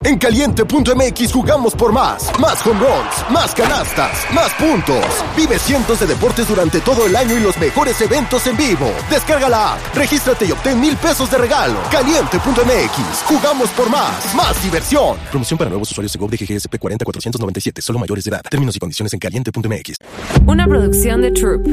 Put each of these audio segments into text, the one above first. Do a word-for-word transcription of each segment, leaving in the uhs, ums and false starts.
En Caliente punto M X jugamos por más. Más home runs, más canastas, más puntos. Vive cientos de deportes durante todo el año y los mejores eventos en vivo. Descarga la app, regístrate y obtén mil pesos de regalo. Caliente punto M X. Jugamos por más. Más diversión. Promoción para nuevos usuarios de G O V de G G S P cuarenta cuatrocientos noventa y siete. Solo mayores de edad. Términos y condiciones en Caliente punto M X. Una producción de Troop.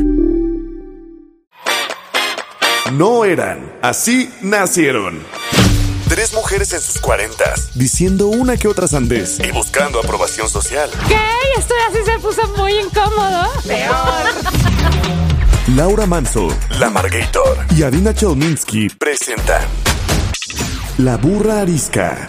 No eran, así nacieron. Tres mujeres en sus cuarentas, diciendo una que otra sandez y buscando aprobación social. ¿Qué? Esto así se puso muy incómodo. Peor. Laura Manso, La Margator y Adina Chelminsky presentan La Burra Arisca.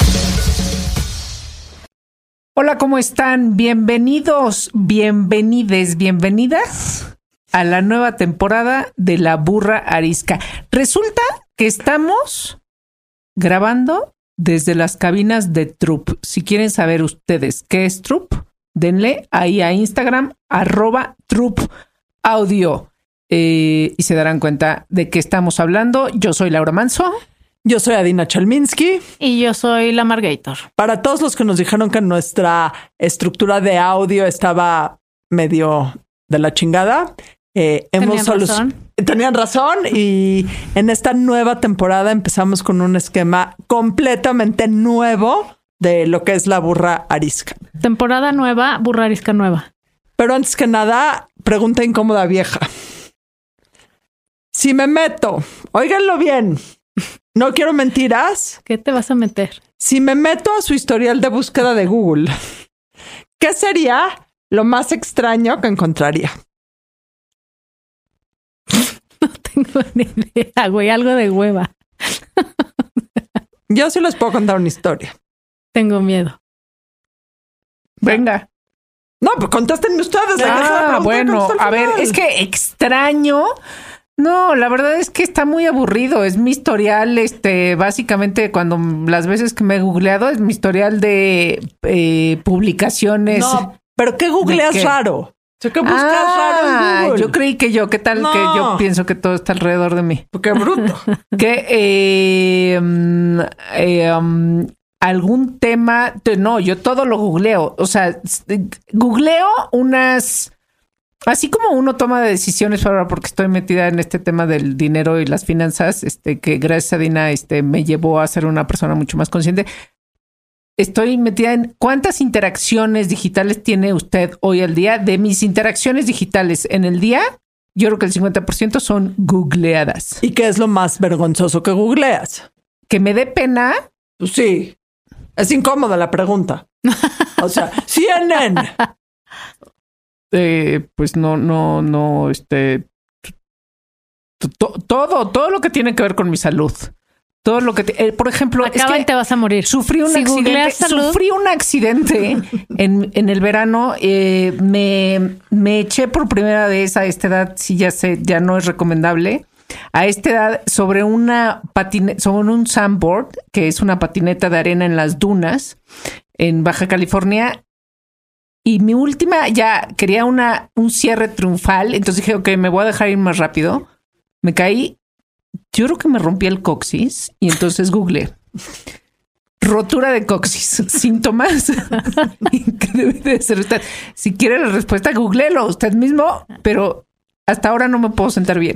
Hola, ¿cómo están? Bienvenidos, bienvenides, bienvenidas a la nueva temporada de La Burra Arisca. Resulta que estamos grabando desde las cabinas de Troop. Si quieren saber ustedes qué es Troop, denle ahí a Instagram, arroba Troop Audio, eh, y se darán cuenta de qué estamos hablando. Yo soy Laura Manso. Yo soy Adina Chelminsky. Y yo soy La Margator. Para todos los que nos dijeron que nuestra estructura de audio estaba medio de la chingada, eh, hemos solucionado. Tenían razón y en esta nueva temporada empezamos con un esquema completamente nuevo de lo que es La Burra Arisca. Temporada nueva, Burra Arisca nueva. Pero antes que nada, pregunta incómoda vieja. Si me meto, óiganlo bien, no quiero mentiras. ¿Qué te vas a meter? Si me meto a su historial de búsqueda de Google, ¿qué sería lo más extraño que encontraría? No tengo ni idea, güey. Algo de hueva. Yo sí les puedo contar una historia. Tengo miedo. Venga. No, pues contéstenme ustedes. Ah, bueno. A ver, es que extraño. No, la verdad es que está muy aburrido. Es mi historial, este, básicamente cuando las veces que me he googleado es mi historial de eh, publicaciones. No, pero ¿qué googleas qué? raro? ¿Qué buscas ah, raro en Google? Yo creí que yo, ¿qué tal no. que yo pienso que todo está alrededor de mí? ¡Qué bruto! que eh, um, eh, um, algún tema, no, yo todo lo googleo. O sea, googleo unas, así como uno toma decisiones ahora porque estoy metida en este tema del dinero y las finanzas, este, que gracias a Dina, este, me llevó a ser una persona mucho más consciente. Estoy metida en cuántas interacciones digitales tiene usted hoy al día. De mis interacciones digitales en el día, yo creo que el cincuenta por ciento son googleadas. ¿Y qué es lo más vergonzoso que googleas? Que me dé pena. Pues sí. Es incómoda la pregunta. O sea, C N N. Eh, pues no, no, no, este... To- todo, todo lo que tiene que ver con mi salud. Todo lo que, te, eh, por ejemplo, Acaba es que y te vas a morir. Sufrí un si accidente. Salud. Sufrí un accidente en, en el verano. Eh, me, me eché por primera vez a esta edad. Sí, ya sé, ya no es recomendable. A esta edad sobre una patineta, sobre un sandboard, que es una patineta de arena en las dunas en Baja California. Y mi última ya quería una un cierre triunfal. Entonces dije, ok, me voy a dejar ir más rápido. Me caí. Yo creo que me rompí el coxis y entonces googleé rotura de coxis, síntomas. ¿Qué debe de ser usted? Si quiere la respuesta, googleelo usted mismo, pero hasta ahora no me puedo sentar bien.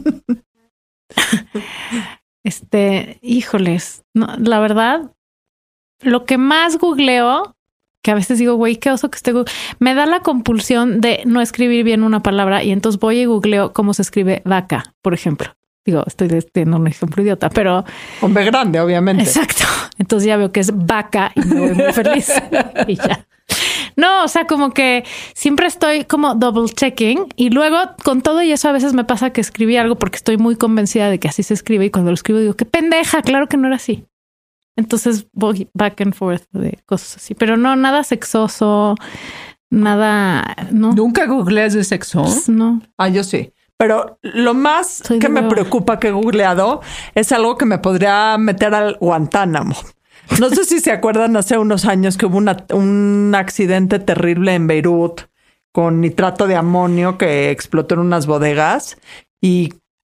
Este, híjoles, no, la verdad, lo que más googleo, que a veces digo, güey, qué oso que esté googleando, me da la compulsión de no escribir bien una palabra y entonces voy y googleo cómo se escribe vaca, por ejemplo. Digo, estoy teniendo un ejemplo idiota, pero... Con B grande, obviamente. Exacto. Entonces ya veo que es vaca y me voy muy feliz. Y ya. No, o sea, como que siempre estoy como double checking y luego con todo y eso a veces me pasa que escribí algo porque estoy muy convencida de que así se escribe y cuando lo escribo digo, qué pendeja, claro que no era así. Entonces voy back and forth de cosas así, pero no, nada sexoso, nada... ¿no? ¿Nunca googleas de sexo? Pues no. Ah, yo sí. Pero lo más Soy que me nueva. preocupa que he googleado es algo que me podría meter al Guantánamo. No sé si se acuerdan hace unos años que hubo una, un accidente terrible en Beirut con nitrato de amonio que explotó en unas bodegas y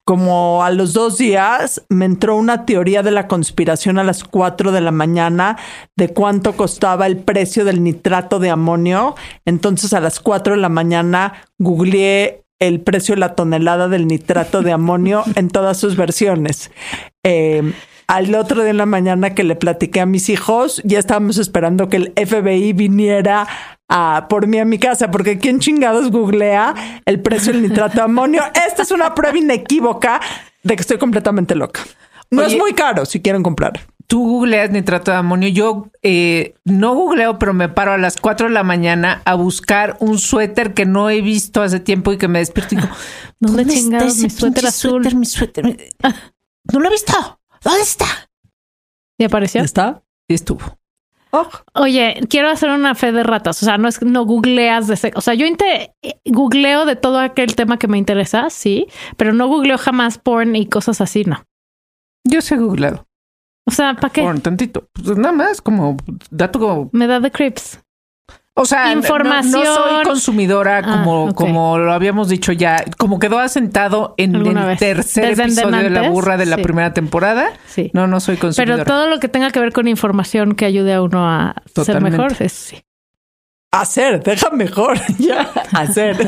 como a los dos días me entró una teoría de la conspiración a las cuatro de la mañana de cuánto costaba el precio del nitrato de amonio. Entonces a las cuatro de la mañana googleé el precio de la tonelada del nitrato de amonio en todas sus versiones. Eh, al otro día en la mañana que le platiqué a mis hijos, ya estábamos esperando que el F B I viniera a por mí a mi casa, porque ¿quién chingados googlea el precio del nitrato de amonio? Esta es una prueba inequívoca de que estoy completamente loca. No Oye, es muy caro si quieren comprar. Tú googleas nitrato de amonio. Yo eh, no googleo, pero me paro a las cuatro de la mañana a buscar un suéter que no he visto hace tiempo y que me despierto y digo, ¿dónde, ¿dónde chingados está ese mi suéter azul? Suéter, mi suéter. No lo he visto. ¿Dónde está? ¿Y apareció? ¿Está? Y estuvo. Oh. Oye, quiero hacer una fe de ratas. O sea, no es no googleas de ese. O sea, yo inte, googleo de todo aquel tema que me interesa, sí, pero no googleo jamás porn y cosas así, no. Yo sé googleado. O sea, ¿para qué? Porn, tantito. Pues nada más, como dato como... Me da de creeps. O sea, información. No, no soy consumidora como, ah, okay. como lo habíamos dicho ya, como quedó asentado en el vez? tercer Desde episodio de La Burra de la sí. primera temporada. Sí. No, no soy consumidora. Pero todo lo que tenga que ver con información que ayude a uno a Totalmente. ser mejor, es sí. Hacer, deja mejor. Ya, hacer.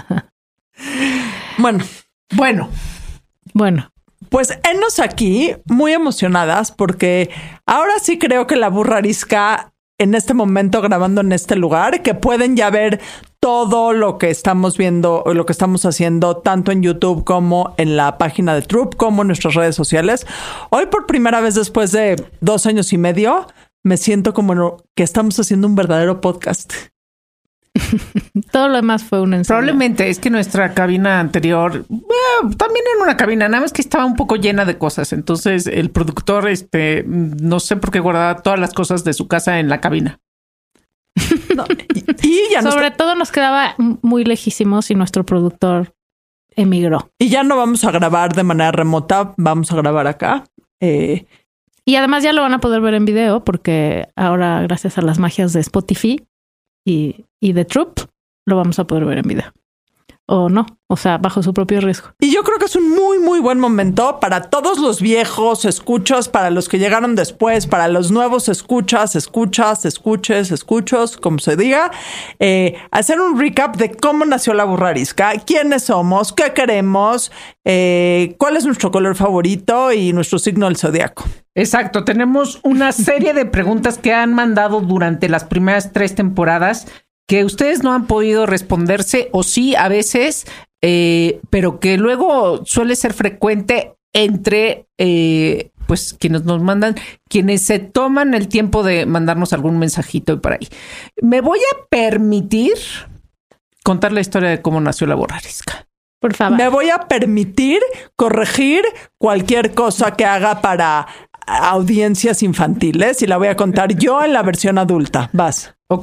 Bueno, bueno, bueno. Pues enos aquí muy emocionadas porque ahora sí creo que La Burra Arisca en este momento grabando en este lugar, que pueden ya ver todo lo que estamos viendo, lo que estamos haciendo, tanto en YouTube como en la página de Troop, como en nuestras redes sociales. Hoy por primera vez después de dos años y medio, me siento como que estamos haciendo un verdadero podcast. Todo lo demás fue un ensayo. Probablemente es que nuestra cabina anterior eh, también era una cabina, nada más que estaba un poco llena de cosas. Entonces el productor, este, no sé por qué guardaba todas las cosas de su casa en la cabina. No, y, y ya sobre está... todo nos quedaba muy lejísimos y nuestro productor emigró. Y ya no vamos a grabar de manera remota, vamos a grabar acá. Eh... Y además ya lo van a poder ver en video porque ahora gracias a las magias de Spotify y, y de Troop lo vamos a poder ver en video. O no, o sea, bajo su propio riesgo. Y yo creo que es un muy, muy buen momento para todos los viejos escuchas, para los que llegaron después, para los nuevos escuchas, escuchas, escuches, escuchos, como se diga, eh, hacer un recap de cómo nació La Burra Arisca, quiénes somos, qué queremos, eh, cuál es nuestro color favorito y nuestro signo del zodiaco. Exacto, tenemos una serie de preguntas que han mandado durante las primeras tres temporadas que ustedes no han podido responderse o sí a veces, eh, pero que luego suele ser frecuente entre eh, pues quienes nos mandan, quienes se toman el tiempo de mandarnos algún mensajito y por ahí. Me voy a permitir contar la historia de cómo nació La Burra Arisca. Por favor. Me voy a permitir corregir cualquier cosa que haga para audiencias infantiles y la voy a contar yo en la versión adulta. Vas. Ok.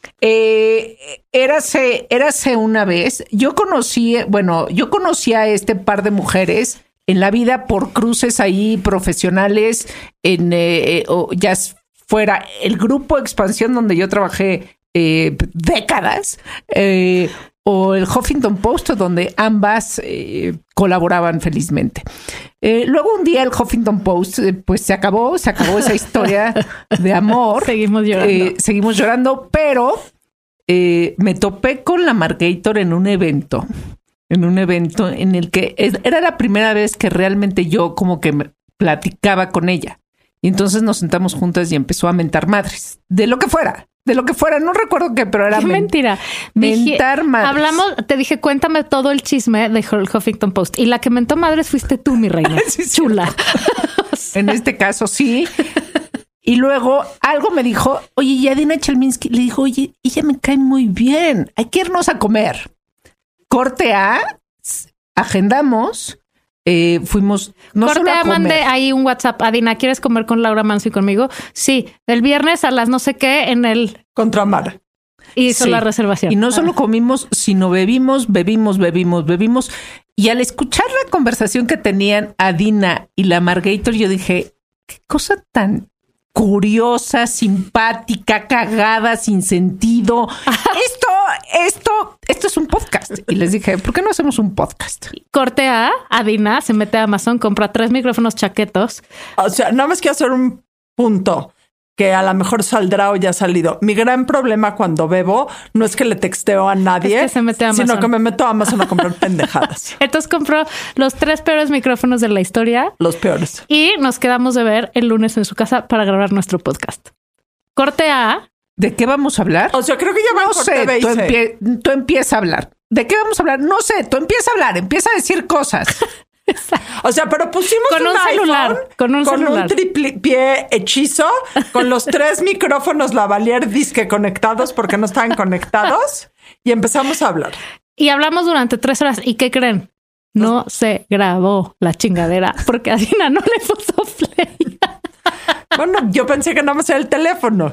Eh, érase, érase una vez, yo conocí, bueno, yo conocí a este par de mujeres en la vida por cruces ahí profesionales, en eh, o ya fuera el grupo Expansión donde yo trabajé eh, décadas, eh, o el Huffington Post donde ambas eh, colaboraban felizmente. Eh, luego un día el Huffington Post eh, pues se acabó, se acabó esa historia de amor. Seguimos llorando. Eh, seguimos llorando, pero eh, me topé con la Margator en un evento, en un evento en el que es, era la primera vez que realmente yo como que me platicaba con ella. Y entonces nos sentamos juntas y empezó a mentar madres, de lo que fuera. De lo que fuera, no recuerdo qué, pero era qué men- mentira. Mentar dije, madres. Hablamos, te dije, cuéntame todo el chisme de Huffington Post. Y la que mentó madres fuiste tú, mi reina. Sí, chula. En este caso, sí. Y luego algo me dijo, oye, y Adina Chelminsky le dijo, oye, ella me cae muy bien. Hay que irnos a comer. Corte A, agendamos. Eh, fuimos no Corte solo a comer. Mandé ahí un WhatsApp. Adina, ¿quieres comer con Laura Manso y conmigo? Sí, el viernes a las no sé qué en el Contramar. Hizo sí. la reservación. Y no solo comimos, sino bebimos, bebimos, bebimos, bebimos. Y al escuchar la conversación que tenían Adina y la Margator, yo dije, qué cosa tan curiosa, simpática, cagada, sin sentido. Esto, esto esto es un podcast. Y les dije, ¿por qué no hacemos un podcast? Corte A, Adina se mete a Amazon, compra tres micrófonos chaquetos. O sea, nada más quiero hacer un punto que a lo mejor saldrá o ya ha salido. Mi gran problema cuando bebo no es que le texteo a nadie, es que se mete a Amazon. Sino que me meto a Amazon a comprar pendejadas. Entonces compró los tres peores micrófonos de la historia. Los peores. Y nos quedamos de ver el lunes en su casa para grabar nuestro podcast. Corte A. ¿De qué vamos a hablar? O sea, creo que ya me No sé, tú, empie- tú empieza a hablar. ¿De qué vamos a hablar? No sé, tú empieza a hablar, empieza a decir cosas. O sea, pero pusimos con un, un celular, iPhone, con un con celular. un triple hechizo, con los tres micrófonos lavalier disque conectados porque no estaban conectados y empezamos a hablar. Y hablamos durante tres horas. ¿Y qué creen? No se grabó la chingadera porque Adina no le puso play. Bueno, yo pensé que nada más era el teléfono.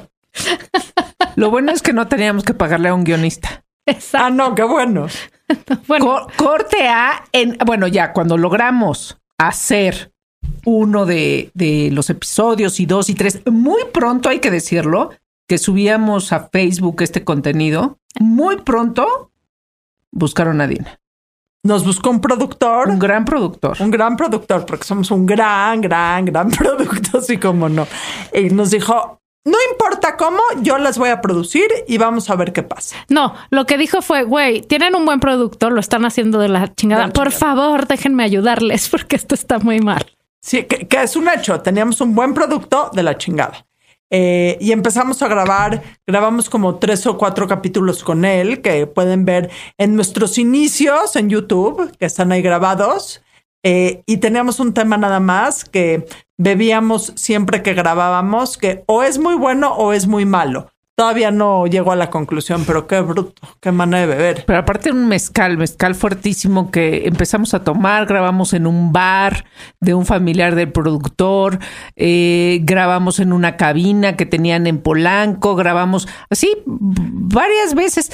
Lo bueno es que no teníamos que pagarle a un guionista. Exacto. Ah, no, qué bueno. Bueno, Co- corte A en, bueno, ya cuando logramos hacer uno de, de los episodios y dos y tres, muy pronto hay que decirlo, que subíamos a Facebook este contenido, muy pronto buscaron a Dina. Nos buscó un productor. Un gran productor. Un gran productor, porque somos un gran, gran, gran producto, así como no. Y nos dijo, no importa cómo, yo las voy a producir y vamos a ver qué pasa. no, lo que dijo fue, güey, tienen un buen producto, lo están haciendo de la chingada. De la Por chingada. favor, déjenme ayudarles porque esto está muy mal. Sí, que, que es un hecho. Teníamos un buen producto de la chingada. Eh, y empezamos a grabar, grabamos como tres o cuatro capítulos con él que pueden ver en nuestros inicios en YouTube, que están ahí grabados. Eh, y teníamos un tema nada más que bebíamos siempre que grabábamos, que o es muy bueno o es muy malo. Todavía no llego a la conclusión, pero qué bruto, qué manera de beber. Pero aparte un mezcal, mezcal fuertísimo que empezamos a tomar, grabamos en un bar de un familiar del productor, eh, grabamos en una cabina que tenían en Polanco, grabamos así varias veces.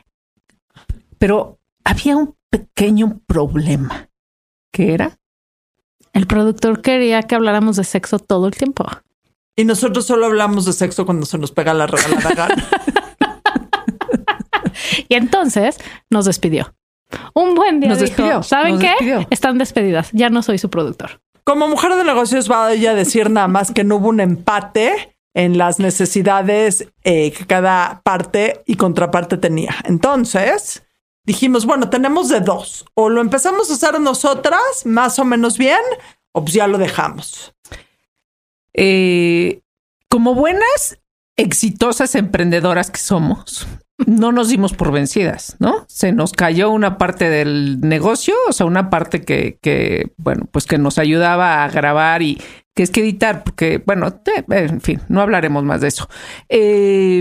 Pero había un pequeño problema. ¿Qué era? El productor quería que habláramos de sexo todo el tiempo. Y nosotros solo hablamos de sexo cuando se nos pega la regalada gana. Y entonces nos despidió. Un buen día Nos dijo, despidió, ¿saben nos qué? despidió. Están despedidas. Ya no soy su productor. Como mujer de negocios va ella a decir nada más que no hubo un empate en las necesidades eh, que cada parte y contraparte tenía. Entonces dijimos, bueno, tenemos de dos. O lo empezamos a hacer nosotras más o menos bien, o pues ya lo dejamos. Eh, como buenas, exitosas emprendedoras que somos, no nos dimos por vencidas, ¿no? Se nos cayó una parte del negocio, o sea, una parte que, que bueno, pues que nos ayudaba a grabar y que es que editar, porque, bueno, eh, en fin, no hablaremos más de eso. Eh,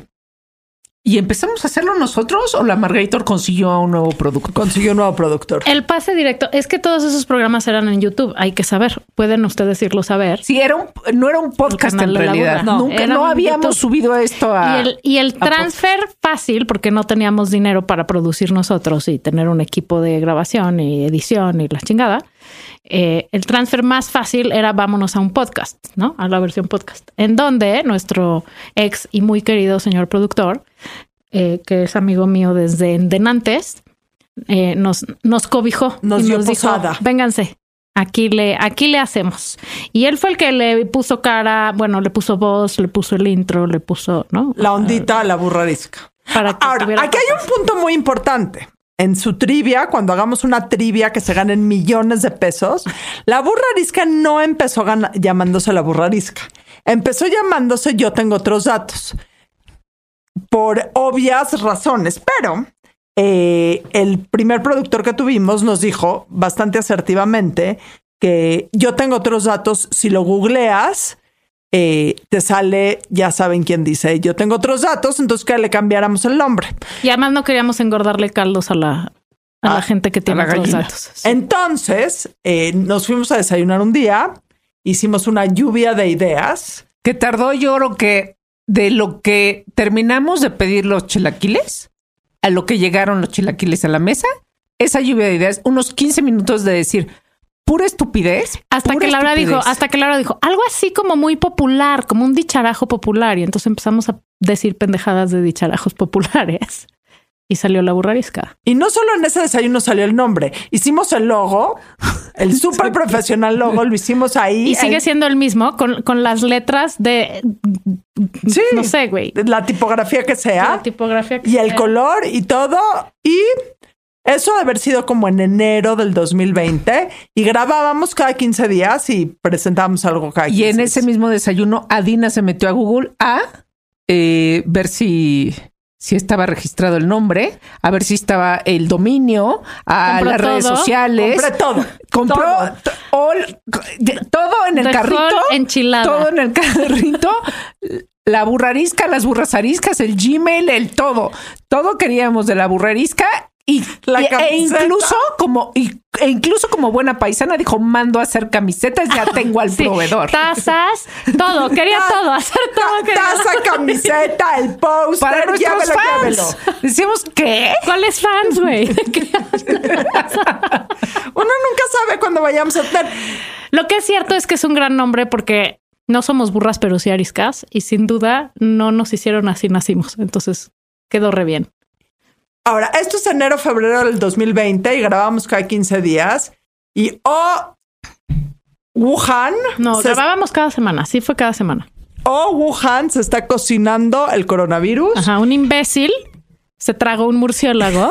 ¿Y empezamos a hacerlo nosotros o la Margator consiguió a un nuevo productor? Consiguió un nuevo productor. El pase directo. Es que todos esos programas eran en YouTube. Hay que saber. Pueden ustedes irlo saber. Sí, era un, no era un podcast en canal de la realidad. burra. No, Nunca, era no un habíamos YouTube. subido esto a... Y el, y el a transfer fácil, porque no teníamos dinero para producir nosotros y tener un equipo de grabación y edición y la chingada. Eh, el transfer más fácil era vámonos a un podcast, ¿no? A la versión podcast. En donde nuestro ex y muy querido señor productor, eh, que es amigo mío desde endenantes, eh, nos, nos cobijó. Nos y dio nos dijo, posada. vénganse. Aquí le, aquí le hacemos. Y él fue el que le puso cara, bueno, le puso voz, le puso el intro, le puso, ¿no? La ondita, la burrarisca. Para que Ahora, tuviera aquí hay un punto muy importante. En su trivia, cuando hagamos una trivia que se ganen millones de pesos, la burrarisca no empezó gana- llamándose la burrarisca. Empezó llamándose Yo Tengo Otros Datos. Por obvias razones. Pero eh, el primer productor que tuvimos nos dijo bastante asertivamente que Yo Tengo Otros Datos, si lo googleas, eh, te sale, ya saben quién dice, Yo Tengo Otros Datos, entonces que le cambiáramos el nombre. Y además no queríamos engordarle caldos a la, a la Ah, gente que tiene a la otros gallina. datos. Sí. Entonces eh, nos fuimos a desayunar un día, hicimos una lluvia de ideas. Que tardó, yo creo que de lo que terminamos de pedir los chilaquiles a lo que llegaron los chilaquiles a la mesa, esa lluvia de ideas, unos quince minutos de decir pura estupidez. Hasta pura que Laura estupidez. dijo, hasta que Laura dijo algo así como muy popular, como un dicharajo popular. Y entonces empezamos a decir pendejadas de dicharajos populares. y salió la burrarisca. Y no solo en ese desayuno salió el nombre, hicimos el logo, el súper profesional logo, lo hicimos ahí. Y sigue el... siendo el mismo, con, con las letras de... Sí, no sé, güey. La tipografía que sea. La tipografía que y sea. el color y todo. Y eso de haber sido como en enero del dos mil veinte. Y grabábamos cada quince días y presentábamos algo cada quince días. Y en días. ese mismo desayuno, Adina se metió a Google a eh, ver si... si estaba registrado el nombre, a ver si estaba el dominio, a Compró las todo. redes sociales. Compré todo. Compró Todo. t- all- todo en el Dejó carrito. enchilada. Todo en el carrito. La burrarisca, las burrasariscas, el Gmail, el todo. Todo queríamos de la burrarisca. Y, La y- e camiseta. incluso como y, e incluso como buena paisana dijo, mando a hacer camisetas, ya tengo al Sí, proveedor. tazas, todo. Quería todo, hacer todo. quería- Taza, camiseta, el póster, Para nuestros llévelo, fans. llévelo. Decimos, ¿qué? ¿Cuáles fans, güey? Uno nunca sabe cuándo vayamos a tener. Lo que es cierto es que es un gran nombre porque no somos burras, pero sí ariscas. Y sin duda no nos hicieron así nacimos. Entonces quedó re bien. Ahora, esto es enero, febrero del dos mil veinte y grabamos cada quince días. Y oh, Wuhan. No, se, grabábamos cada semana. Sí fue cada semana. oh, Wuhan se está cocinando el coronavirus. Ajá, un imbécil se tragó un murciélago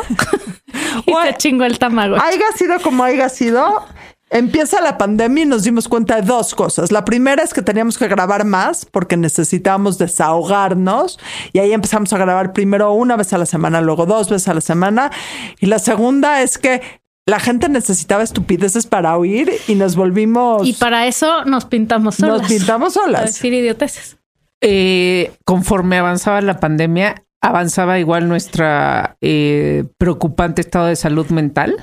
y Oye, se chingó el tamago. Haya sido como haya sido, empieza la pandemia y nos dimos cuenta de dos cosas. La primera es que teníamos que grabar más porque necesitábamos desahogarnos y ahí empezamos a grabar primero una vez a la semana, luego dos veces a la semana. Y la segunda es que la gente necesitaba estupideces para oír y nos volvimos... Y para eso nos pintamos solas. Nos pintamos A solas. decir idioteces. Eh, conforme avanzaba la pandemia, avanzaba igual nuestra eh, preocupante estado de salud mental.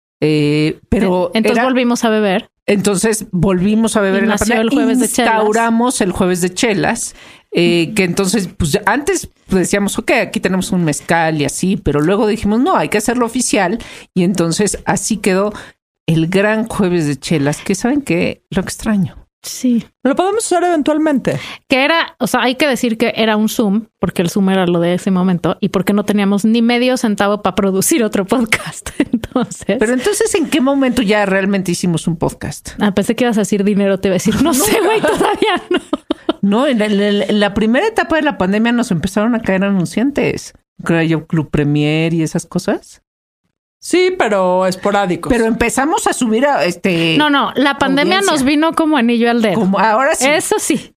Eh, pero Entonces era- volvimos a beber. entonces volvimos a beber Y en la nació pandemia. el jueves de chelas. Instauramos el jueves de chelas. Eh, que entonces, pues antes decíamos, ok, aquí tenemos un mezcal y así, pero luego dijimos, no, hay que hacerlo oficial. Y entonces así quedó el gran jueves de chelas, que saben que lo extraño. Sí. Lo podemos usar eventualmente. Que era, o sea, hay que decir que era un Zoom, porque el Zoom era lo de ese momento y porque no teníamos ni medio centavo para producir otro podcast. Entonces, Pero entonces, ¿en qué momento ya realmente hicimos un podcast? ah, pensé que ibas a decir dinero, te iba a decir, no sé, güey, todavía no. No, en, el- en- en la primera etapa de la pandemia nos empezaron a caer anunciantes. Creo yo, Club Premier y esas cosas. Sí, pero esporádicos. Pero empezamos a subir a este. No, no, la pandemia audiencia. nos vino como anillo al dedo. Como ahora sí. Eso sí.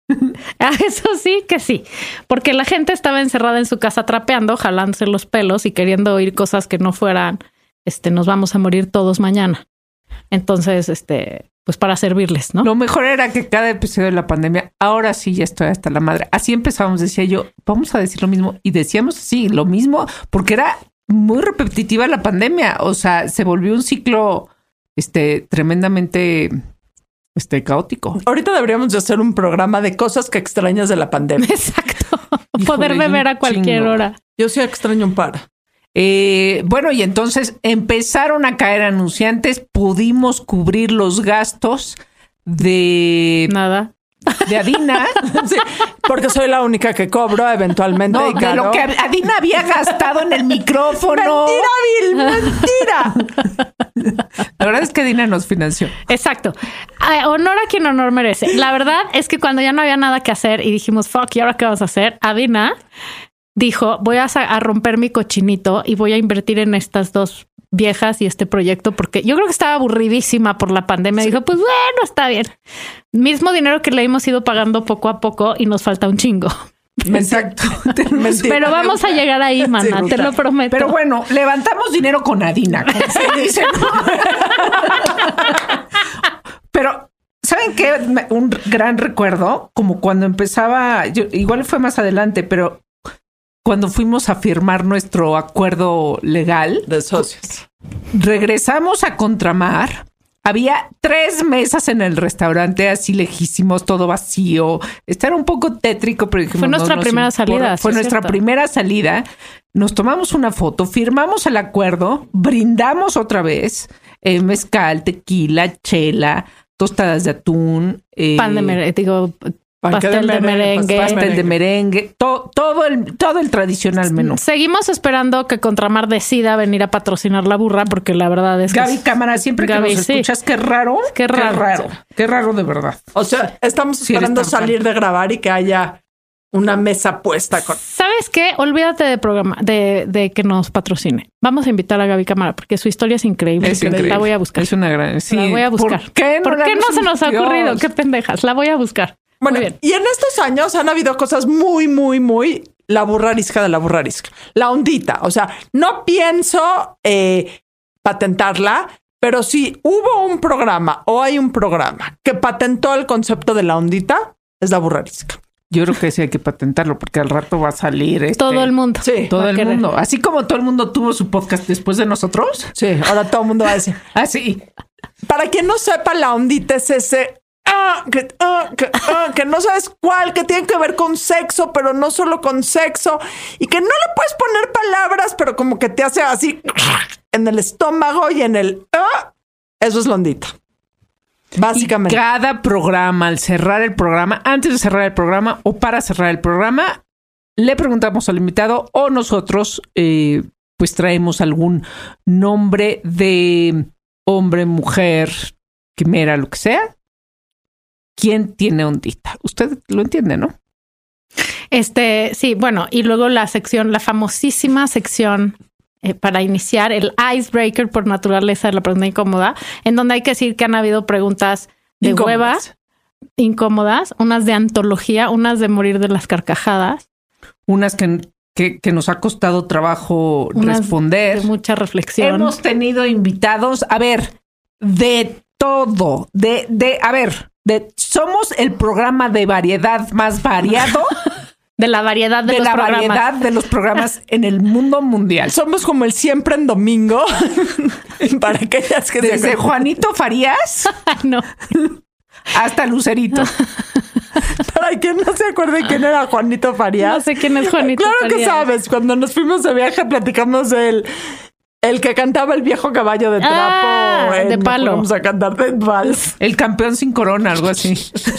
Eso sí que sí. Porque la gente estaba encerrada en su casa trapeando, jalándose los pelos y queriendo oír cosas que no fueran, este, nos vamos a morir todos mañana. Entonces, este, pues para servirles, ¿no? Lo mejor era que cada episodio de la pandemia, ahora sí ya estoy hasta la madre. Así empezábamos, decía yo, vamos a decir lo mismo. Y decíamos sí, lo mismo, porque era muy repetitiva la pandemia. O sea, se volvió un ciclo este, tremendamente este, caótico. Ahorita deberíamos de hacer un programa de cosas que extrañas de la pandemia. Exacto. Híjole, Poder beber un a cualquier chingo. hora. Yo sí extraño un par. Eh, bueno, y entonces empezaron a caer anunciantes, pudimos cubrir los gastos de, Nada. de Adina. Sí, porque soy la única que cobro eventualmente. No, y de Caro- lo que Adina había gastado en el micrófono. ¡Mentira, Bill! ¡Mentira! La verdad es que Adina nos financió. Exacto. Ah, honor a quien honor merece. La verdad es que cuando ya no había nada que hacer y dijimos, fuck, ¿y ahora qué vamos a hacer? Adina dijo, voy a, sa- a romper mi cochinito y voy a invertir en estas dos viejas y este proyecto porque yo creo que estaba aburridísima por la pandemia. Dijo, pues bueno, está bien. Mismo dinero que le hemos ido pagando poco a poco y nos falta un chingo. Exacto. Mentira. Pero vamos a llegar ahí, mana, Sí, te lo prometo. Pero bueno, levantamos dinero con Adina, como se dice. Pero, ¿saben qué? Me- Un gran recuerdo, como cuando empezaba, yo, igual fue más adelante, pero cuando fuimos a firmar nuestro acuerdo legal, De socios. regresamos a Contramar. Había tres mesas en el restaurante, así lejísimos, todo vacío. Este era un poco tétrico, pero dijimos, Fue nuestra no nos primera importa. salida, Fue sí, nuestra cierto. primera salida. Nos tomamos una foto, firmamos el acuerdo, brindamos otra vez. Eh, mezcal, tequila, chela, tostadas de atún. eh, pan de mer- digo, pastel de merengue, pastel de merengue, to, todo el todo el tradicional menú. Seguimos esperando que Contramar decida venir a patrocinar La Burra, porque la verdad es que Gaby Cámara, siempre Gaby, que nos escuchas, sí. qué raro, qué raro, qué raro, qué raro de verdad. O sea, estamos Sí, esperando eres tan salir fan. de grabar y que haya una mesa puesta con... ¿Sabes qué? Olvídate de programa, de, de que nos patrocine. Vamos a invitar a Gaby Cámara porque su historia es increíble. Es increíble. La voy a buscar. Es una gran... Sí. La voy a buscar. ¿Por qué no, ¿Por la qué no hemos- se nos ha Dios. ocurrido? Qué pendejas. La voy a buscar. Bueno, Muy bien. y en estos años han habido cosas muy, muy, muy la burra arisca de la burra arisca. La ondita. O sea, no pienso eh, patentarla, pero si hubo un programa o hay un programa que patentó el concepto de la ondita, es la burra arisca. Yo creo que sí hay que patentarlo porque al rato va a salir este, Todo el mundo. Sí. todo Va a el querer. mundo. Así como todo el mundo tuvo su podcast después de nosotros. Sí, ahora todo el mundo va a decir. Así. Para quien no sepa, la ondita es ese... Ah, que, ah, que, ah, que no sabes cuál, que tiene que ver con sexo, pero no solo con sexo, y que no le puedes poner palabras, pero como que te hace así en el estómago y en el... Ah, eso es la ondita. Básicamente. Y cada programa, al cerrar el programa, antes de cerrar el programa o para cerrar el programa, le preguntamos al invitado o nosotros eh, pues traemos algún nombre de hombre, mujer, quimera, lo que sea. ¿Quién tiene ondita? Usted lo entiende, ¿no? Este, sí, bueno, y luego la sección, la famosísima sección eh, para iniciar, el icebreaker por naturaleza de la pregunta incómoda, en donde hay que decir que han habido preguntas de Incómodas. hueva, incómodas, unas de antología, unas de morir de las carcajadas, Unas que, que, que nos ha costado trabajo unas responder. de mucha reflexión. Hemos tenido invitados, a ver, de todo, de, de, a ver, de, somos el programa de variedad más variado de la variedad de, de los la programas. variedad de los programas en el mundo mundial. Somos como el siempre en domingo. Para aquellas que se Desde acuerdan. Juanito Farías Ay, no. hasta Lucerito. Para quien no se acuerde quién era Juanito Farías. No sé quién es Juanito Claro que Farías. sabes. Cuando nos fuimos de viaje platicamos del el que cantaba el viejo caballo de trapo. Ah, en- de palo. Vamos a cantar de vals. El campeón sin corona, algo así.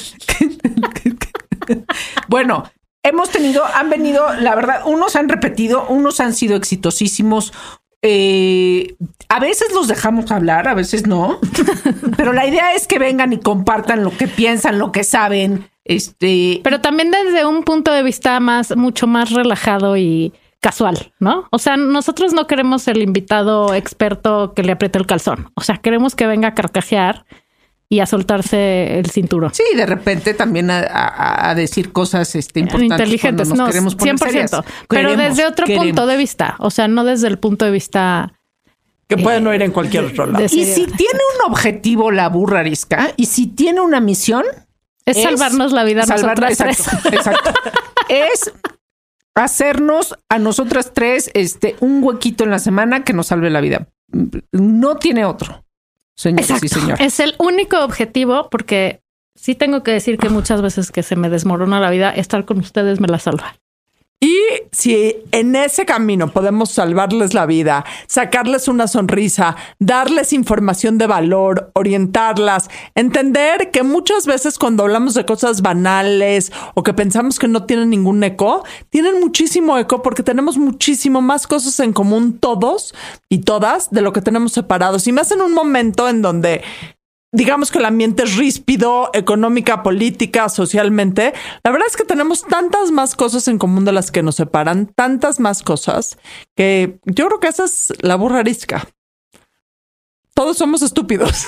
Bueno, hemos tenido, han venido, la verdad, unos han repetido, unos han sido exitosísimos. Eh, a veces los dejamos hablar, a veces no. Pero la idea es que vengan y compartan lo que piensan, lo que saben. Este, Pero también desde un punto de vista más, mucho más relajado y casual, ¿no? O sea, nosotros no queremos el invitado experto que le apriete el calzón. O sea, queremos que venga a carcajear y a soltarse el cinturón. sí, de repente también a, a- a decir cosas este, importantes. Inteligentes, cuando nos no, queremos poner cien por ciento. serias. Pero Queremos, desde otro queremos. punto de vista. O sea, no desde el punto de vista... Que pueden oír en cualquier otro lado. de- Y seriedad. si tiene un objetivo la burra arisca, y si tiene una misión, Es, salvarnos la vida a salvar- nosotras exacto, tres. exacto. Es hacernos a nosotras tres este, un huequito en la semana que nos salve la vida. No tiene otro. Señores y Exacto. señores. Es el único objetivo, porque sí tengo que decir que muchas veces que se me desmorona la vida, estar con ustedes me la salva. Y si en ese camino podemos salvarles la vida, sacarles una sonrisa, darles información de valor, orientarlas, entender que muchas veces cuando hablamos de cosas banales o que pensamos que no tienen ningún eco, tienen muchísimo eco porque tenemos muchísimo más cosas en común todos y todas de lo que tenemos separados. Y más en un momento en donde digamos que el ambiente es ríspido, económica, política, socialmente. La verdad es que tenemos tantas más cosas en común de las que nos separan, tantas más cosas, que yo creo que esa es la burra arisca. Todos somos estúpidos.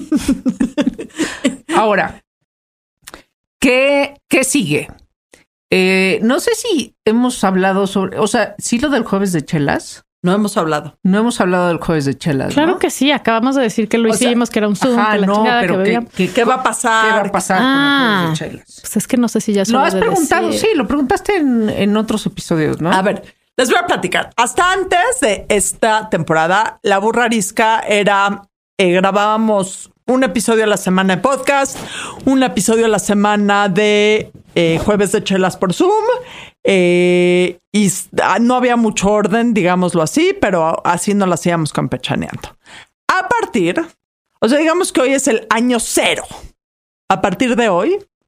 Ahora, ¿qué, qué sigue? Eh, no sé si hemos hablado sobre, o sea, sí lo del jueves de chelas. No hemos hablado. No hemos hablado del jueves de chelas, Claro ¿no? que sí, acabamos de decir que lo O sea, hicimos, que era un Zoom, ajá, que la no, chingada, pero que ¿qué, bebíamos. qué- ¿Qué va a pasar? ¿Qué va a pasar con Ah. el jueves de chelas? Pues es que no sé si ya Lo solo has de preguntado, decir. sí, lo preguntaste en, en otros episodios, ¿no? A ver, les voy a platicar. Hasta antes de esta temporada, La Burra Arisca era, eh, grabábamos un episodio a la semana de podcast, un episodio a la semana de eh, Jueves de Chelas por Zoom, eh, y ah, no había mucho orden, digámoslo así, pero así nos lo hacíamos campechaneando. A partir, o sea, digamos que hoy es el año cero. A partir de hoy,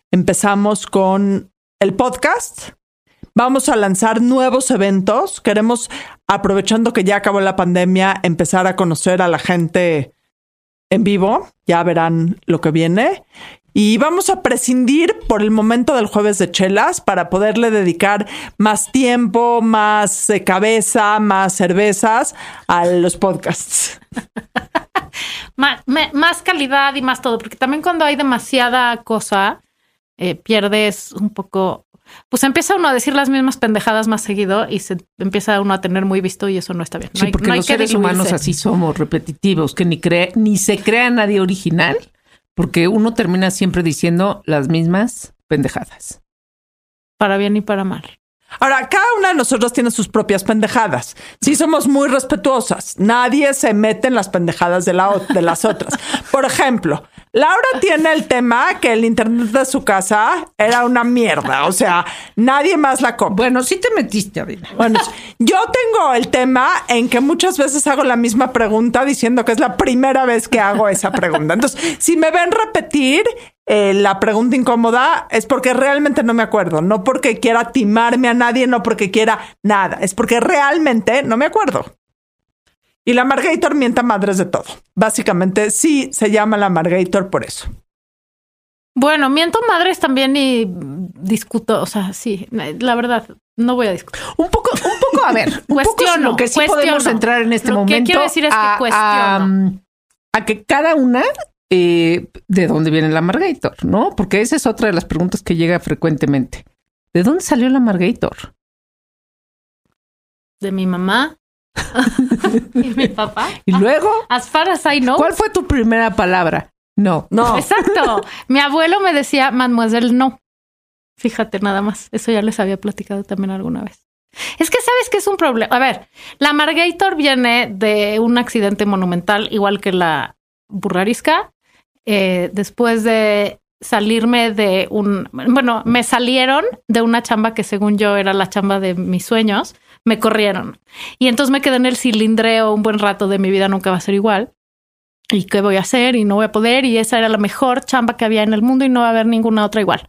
empezamos con el podcast. Vamos a lanzar nuevos eventos. Queremos, aprovechando que ya acabó la pandemia, empezar a conocer a la gente en vivo. Ya verán lo que viene. Y vamos a prescindir por el momento del jueves de chelas para poderle dedicar más tiempo, más eh, cabeza, más cervezas a los podcasts. más, me, más calidad y más todo, porque también cuando hay demasiada cosa, eh, pierdes un poco... Pues empieza uno a decir las mismas pendejadas más seguido y se empieza uno a tener muy visto y eso no está bien. No sí, hay, porque no los seres humanos así somos, repetitivos, que ni, cree, ni se crea nadie original, porque uno termina siempre diciendo las mismas pendejadas. Para bien y para mal. Ahora, cada una de nosotros tiene sus propias pendejadas. Sí, somos muy respetuosas. Nadie se mete en las pendejadas de, la, de las otras. Por ejemplo, Laura tiene el tema que el internet de su casa era una mierda. O sea, nadie más la compra. Bueno, sí te metiste, Adina. Bueno, yo tengo el tema en que muchas veces hago la misma pregunta diciendo que es la primera vez que hago esa pregunta. Entonces, si me ven repetir eh, la pregunta incómoda, es porque realmente no me acuerdo. No porque quiera timarme a nadie, no porque quiera nada. Es porque realmente no me acuerdo. Y la Margator mienta madres de todo. Básicamente, sí se llama la Margator por eso. Bueno, miento madres también y discuto. O sea, sí, la verdad, no voy a discutir. Un poco, un poco, a ver, un cuestiono, poco lo que sí cuestiono. podemos entrar en este lo momento. Lo que quiero decir es a, que cuestiono. A, a que cada una, eh, ¿de dónde viene la Margator? ¿No? Porque esa es otra de las preguntas que llega frecuentemente. ¿De dónde salió la Margator? De mi mamá. ¿Y mi papá? Y luego, as far as I know, ¿cuál fue tu primera palabra? No, no. Exacto. Mi abuelo me decía Mademoiselle no. Fíjate nada más. Eso ya les había platicado también alguna vez. Es que sabes que es un problema. A ver, la Margator viene de un accidente monumental, igual que la burrarisca. Eh, después de salirme de un... Bueno, me salieron de una chamba que según yo era la chamba de mis sueños. Me corrieron. Y entonces me quedé en el cilindreo un buen rato de mi vida, nunca va a ser igual. ¿Y qué voy a hacer? Y no voy a poder. Y esa era la mejor chamba que había en el mundo y no va a haber ninguna otra igual.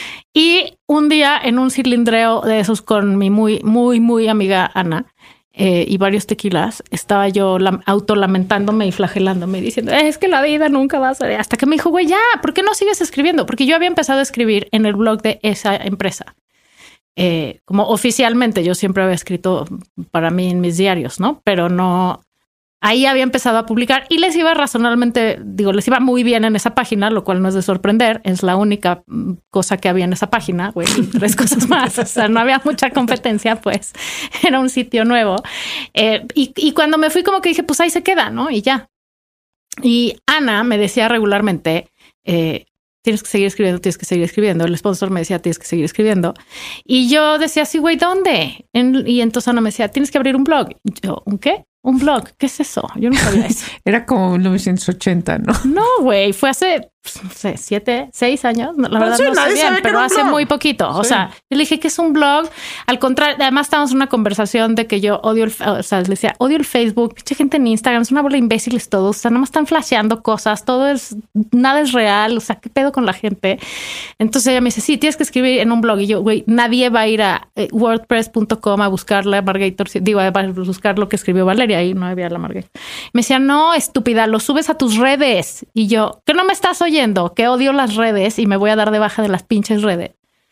Y un día en un cilindreo de esos con mi muy, muy, muy amiga Ana eh, y varios tequilas, estaba yo la, autolamentándome y flagelándome diciendo, es que la vida nunca va a ser. Hasta que me dijo, güey, ya, ¿por qué no sigues escribiendo? Porque yo había empezado a escribir en el blog de esa empresa. Eh, como oficialmente yo siempre había escrito para mí en mis diarios, ¿no? Pero no, ahí había empezado a publicar y les iba razonablemente, digo, les iba muy bien en esa página, lo cual no es de sorprender, es la única cosa que había en esa página, güey, y tres cosas más, o sea, no había mucha competencia, pues, era un sitio nuevo. Eh, y, y cuando me fui como que dije, pues ahí se queda, ¿no? Y ya. Y Ana me decía regularmente, eh, tienes que seguir escribiendo, tienes que seguir escribiendo. El sponsor me decía, tienes que seguir escribiendo. Y yo decía, sí, güey, ¿dónde? En, y entonces Ana me decía, tienes que abrir un blog. Y yo, ¿un qué? ¿Un blog? ¿Qué es eso? Yo no sabía eso. Era como mil novecientos ochenta, ¿no? No, güey, fue hace, no sé, siete, seis años. La no, verdad sí, no sé bien, pero hace blog. muy poquito. Sí. O sea, yo le dije que es un blog. Al contrario, además estábamos en una conversación de que yo odio el, o sea, le decía, odio el Facebook. Mucha gente en Instagram, es una bola de imbéciles todos. O sea, nada más están flasheando cosas. Todo es, nada es real. O sea, ¿qué pedo con la gente? Entonces ella me dice, sí, tienes que escribir en un blog. Y yo, güey, nadie va a ir a eh, wordpress punto com a buscar la Margator. Digo, a buscar lo que escribió Valeria. Ahí no había la Margator. Me decía, no, estúpida, lo subes a tus redes. Y yo, que no me estás oyendo, que odio las redes y me voy a dar de baja de las pinches redes.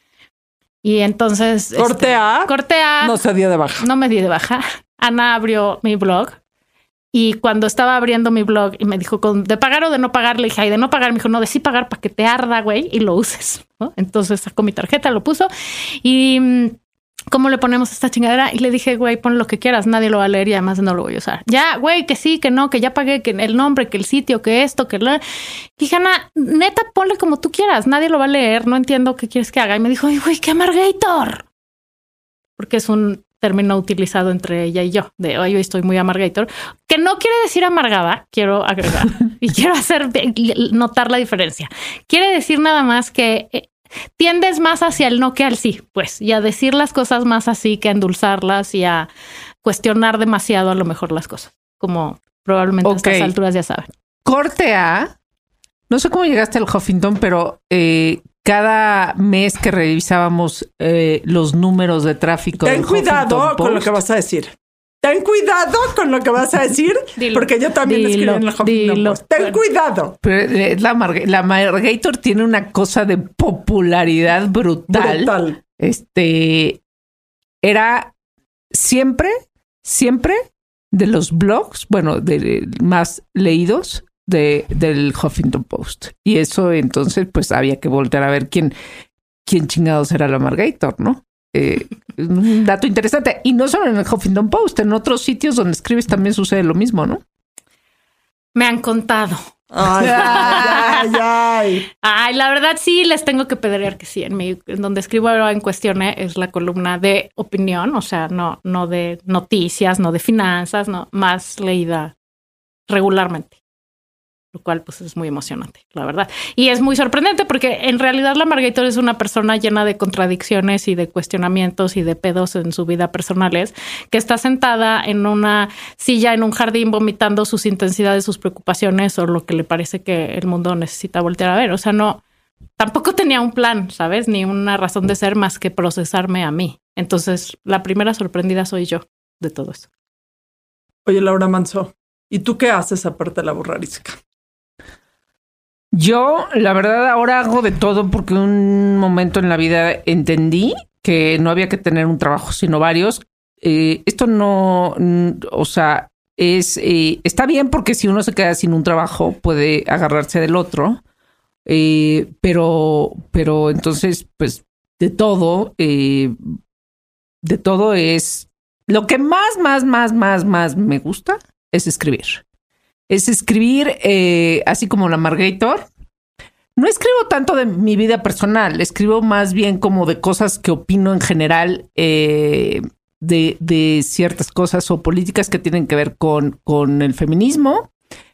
Y entonces... Corte A. Este, corte A. No se dio de baja. No me di de baja. Ana abrió mi blog. Y cuando estaba abriendo mi blog y me dijo, ¿de pagar o de no pagar? Le dije, ay, de no pagar. Me dijo, no, de sí pagar para que te arda, güey, y lo uses, ¿no? Entonces sacó mi tarjeta, lo puso. Y... ¿cómo le ponemos esta chingadera? Y le dije, güey, pon lo que quieras, nadie lo va a leer y además no lo voy a usar. Ya, güey, que sí, que no, que ya pagué, que el nombre, que el sitio, que esto, que... la... dije, Ana, neta, ponle como tú quieras, nadie lo va a leer, no entiendo qué quieres que haga. Y me dijo, güey, qué Margator. Porque es un término utilizado entre ella y yo, de hoy estoy muy amargator, que no quiere decir amargada, quiero agregar, y quiero hacer notar la diferencia. Quiere decir nada más que... Eh, tiendes más hacia el no que al sí, pues, y a decir las cosas más así que a endulzarlas y a cuestionar demasiado a lo mejor las cosas, como probablemente okay. A estas alturas ya saben. Corte A, no sé cómo llegaste al Huffington, pero eh, cada mes que revisábamos eh, los números de tráfico. Ten cuidado con lo que vas a decir. Ten cuidado con lo que vas a decir, dilo, porque yo también dilo, escribí en el Huffington Post. Ten bueno, cuidado. Pero la, Mar- la Margator tiene una cosa de popularidad brutal. Brutal. Este era siempre, siempre de los blogs, bueno, de, de más leídos de, del Huffington Post. Y eso entonces, pues había que voltear a ver quién, quién chingados era la Margator, ¿no? Eh, un dato interesante. Y no solo en el Huffington Post, en otros sitios donde escribes también sucede lo mismo, ¿no? Me han contado. Ay, ay, ay. Ay, la verdad sí les tengo que pedrear que sí. En mi, en donde escribo ahora en Cuestione es la columna de opinión, o sea, no, no de noticias, no de finanzas, no, más leída regularmente. Lo cual pues es muy emocionante, la verdad. Y es muy sorprendente porque en realidad la Margator es una persona llena de contradicciones y de cuestionamientos y de pedos en su vida personales, que está sentada en una silla en un jardín vomitando sus intensidades, sus preocupaciones o lo que le parece que el mundo necesita voltear a ver. O sea, no, tampoco tenía un plan, ¿sabes? Ni una razón de ser más que procesarme a mí. Entonces, la primera sorprendida soy yo de todo eso. Oye, Laura Manso, ¿y tú qué haces aparte de la burrarisca? Yo, la verdad, ahora hago de todo porque un momento en la vida entendí que no había que tener un trabajo, sino varios. Eh, esto no, o sea, es eh, está bien porque si uno se queda sin un trabajo puede agarrarse del otro, eh, pero, pero entonces, pues, de todo, eh, de todo es lo que más, más, más, más, más me gusta es escribir. Es escribir, eh, así como la Margator. No escribo tanto de mi vida personal, escribo más bien como de cosas que opino en general, eh, de, de ciertas cosas o políticas que tienen que ver con, con el feminismo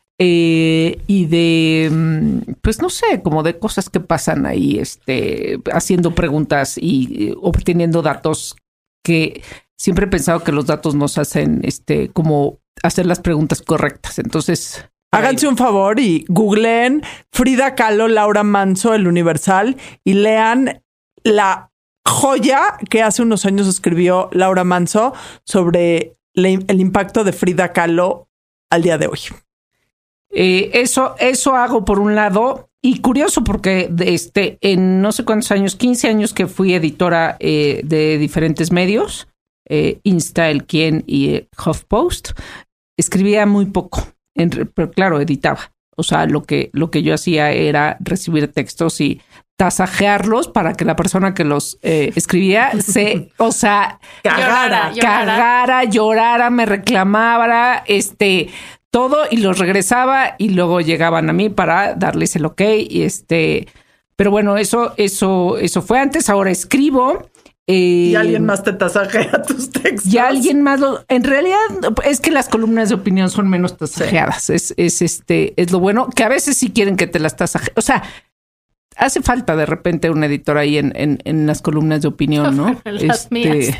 eh, y de, pues no sé, como de cosas que pasan ahí, este, haciendo preguntas y eh, obteniendo datos que siempre he pensado que los datos nos hacen, este, como hacer las preguntas correctas. Entonces, háganse un favor y googleen Frida Kahlo, Laura Manso, El Universal y lean la joya que hace unos años escribió Laura Manso sobre le, el impacto de Frida Kahlo al día de hoy. Eh, eso, eso hago por un lado. Y curioso porque este, en no sé cuántos años, quince años que fui editora eh, de diferentes medios, eh, Insta, El Quién y eh, HuffPost, escribía muy poco, en, pero claro, editaba. O sea, lo que, lo que yo hacía era recibir textos y tasajearlos para que la persona que los eh, escribía se, o sea, cagara, llorara, cagara, llorara, me reclamara, este... todo y los regresaba y luego llegaban a mí para darles el ok y este, pero bueno, eso, eso, eso fue antes. Ahora escribo. Eh, y alguien más te tasajea tus textos. Y alguien más lo, en realidad es que las columnas de opinión son menos tasajeadas. Sí. Es, es este, es lo bueno que a veces sí quieren que te las tasajeen. O sea, hace falta de repente un editor ahí en, en, en las columnas de opinión, ¿no? Las este, mías.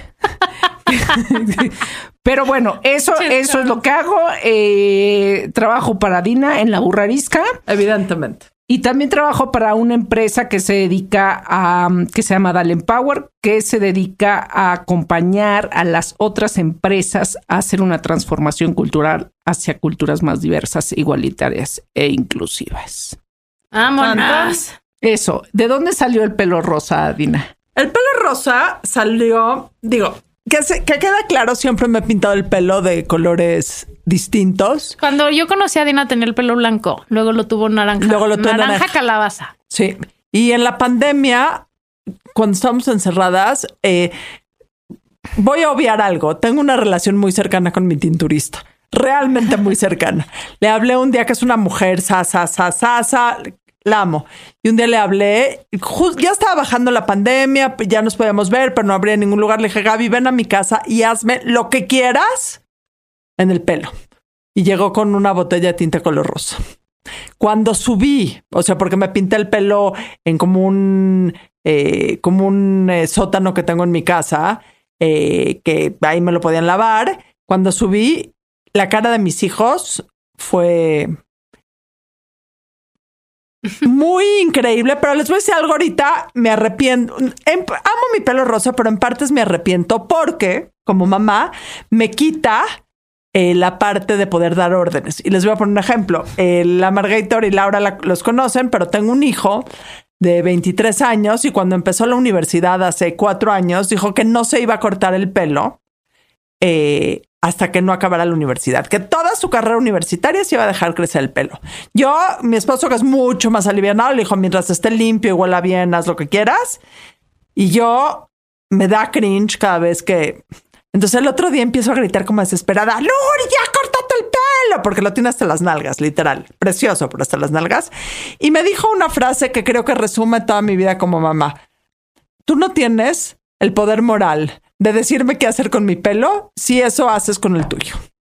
Pero bueno, eso, sí, eso es lo que hago. Eh, trabajo para Dina en La Burrarisca. Evidentemente. Y también trabajo para una empresa que se dedica a, que se llama Dalen Power, que se dedica a acompañar a las otras empresas a hacer una transformación cultural hacia culturas más diversas, igualitarias e inclusivas. ¡Vámonos! Eso. ¿De dónde salió el pelo rosa, Dina? El pelo rosa salió, digo... Que, se, que queda claro, siempre me he pintado el pelo de colores distintos. Cuando yo conocí a Dina tenía el pelo blanco, luego lo tuvo naranja. Luego lo tuvo naranja, naranja calabaza. Sí. Y en la pandemia, cuando estábamos encerradas, eh, voy a obviar algo. Tengo una relación muy cercana con mi tinturista. Realmente muy cercana. Le hablé un día que es una mujer, sa, sa, sa, sa, sa. La amo. Y un día le hablé, ya estaba bajando la pandemia, ya nos podíamos ver, pero no habría ningún lugar. Le dije, Gaby, ven a mi casa y hazme lo que quieras en el pelo. Y llegó con una botella de tinte color rosa. Cuando subí, o sea, porque me pinté el pelo en como un, eh, como un eh, sótano que tengo en mi casa, eh, que ahí me lo podían lavar. Cuando subí, la cara de mis hijos fue... muy increíble, pero les voy a decir algo ahorita, me arrepiento. En, amo mi pelo rosa, pero en partes me arrepiento porque, como mamá, me quita eh, la parte de poder dar órdenes. Y les voy a poner un ejemplo. Eh, la Margator y Laura la, los conocen, pero tengo un hijo de veintitrés años y cuando empezó la universidad hace cuatro años, dijo que no se iba a cortar el pelo eh, hasta que no acabara la universidad, que toda su carrera universitaria se iba a dejar crecer el pelo. Yo, mi esposo, que es mucho más alivianado, le dijo, mientras esté limpio y huela bien, haz lo que quieras. Y yo me da cringe cada vez que... Entonces el otro día empiezo a gritar como desesperada, ¡Luri, ya córtate el pelo! Porque lo tiene hasta las nalgas, literal. Precioso, pero hasta las nalgas. Y me dijo una frase que creo que resume toda mi vida como mamá. Tú no tienes el poder moral de decirme qué hacer con mi pelo si eso haces con el tuyo.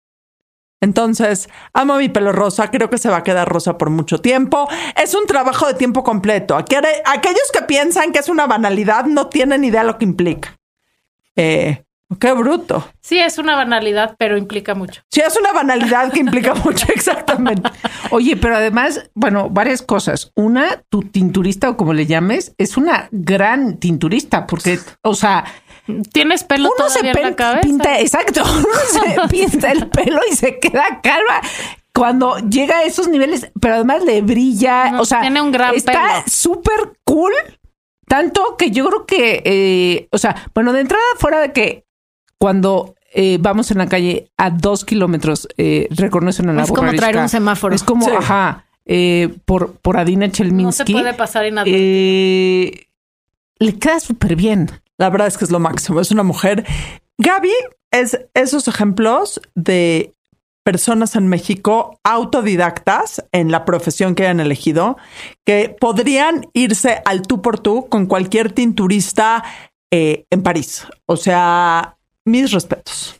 Entonces, amo mi pelo rosa. Creo que se va a quedar rosa por mucho tiempo. Es un trabajo de tiempo completo. Aquellos que piensan que es una banalidad no tienen idea de lo que implica. Eh... ¡Qué bruto! Sí, es una banalidad, pero implica mucho. Sí, es una banalidad que implica mucho, exactamente. Oye, pero además, bueno, varias cosas. Una, tu tinturista o como le llames, es una gran tinturista porque, o sea... Tienes pelo uno todavía se en la cabeza. Pinta, exacto, uno se pinta el pelo y se queda calva cuando llega a esos niveles, pero además le brilla, no, o sea... Tiene un gran está pelo. Está súper cool, tanto que yo creo que, eh, o sea, bueno, de entrada fuera de que cuando eh, vamos en la calle a dos kilómetros, eh, reconocen a la Es como Burrariska. traer un semáforo. Es como, sí. ajá, eh, por, por Adina Chelminsky. No se puede pasar inadvertido. Eh, le queda súper bien. La verdad es que es lo máximo. Es una mujer. Gaby es esos ejemplos de personas en México autodidactas en la profesión que hayan elegido, que podrían irse al tú por tú con cualquier tinturista eh, en París. O sea... Mis respetos.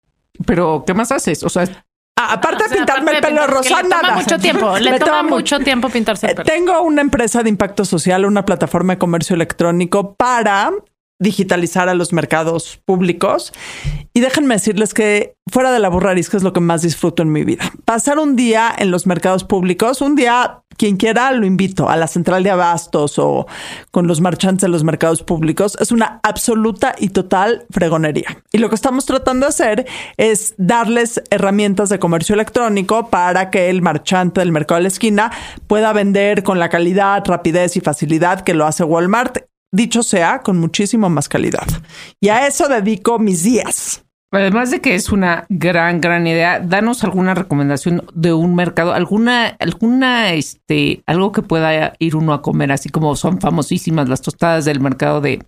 Pero, ¿qué más haces? O sea, ah, aparte o sea, de pintarme aparte el pelo de rosa, le nada. toma mucho tiempo. Le Me toma, toma mucho tiempo pintarse el pelo. Tengo una empresa de impacto social, una plataforma de comercio electrónico para digitalizar a los mercados públicos. Y déjenme decirles que fuera de la Burrariska es lo que más disfruto en mi vida. Pasar un día en los mercados públicos, un día, quien quiera, lo invito a la central de abastos o con los marchantes de los mercados públicos. Es una absoluta y total fregonería. Y lo que estamos tratando de hacer es darles herramientas de comercio electrónico para que el marchante del mercado de la esquina pueda vender con la calidad, rapidez y facilidad que lo hace Walmart. Dicho sea, con muchísimo más calidad. Y a eso dedico mis días. Además de que es una gran, gran idea, danos alguna recomendación de un mercado, alguna, alguna, este, algo que pueda ir uno a comer, así como son famosísimas las tostadas del mercado de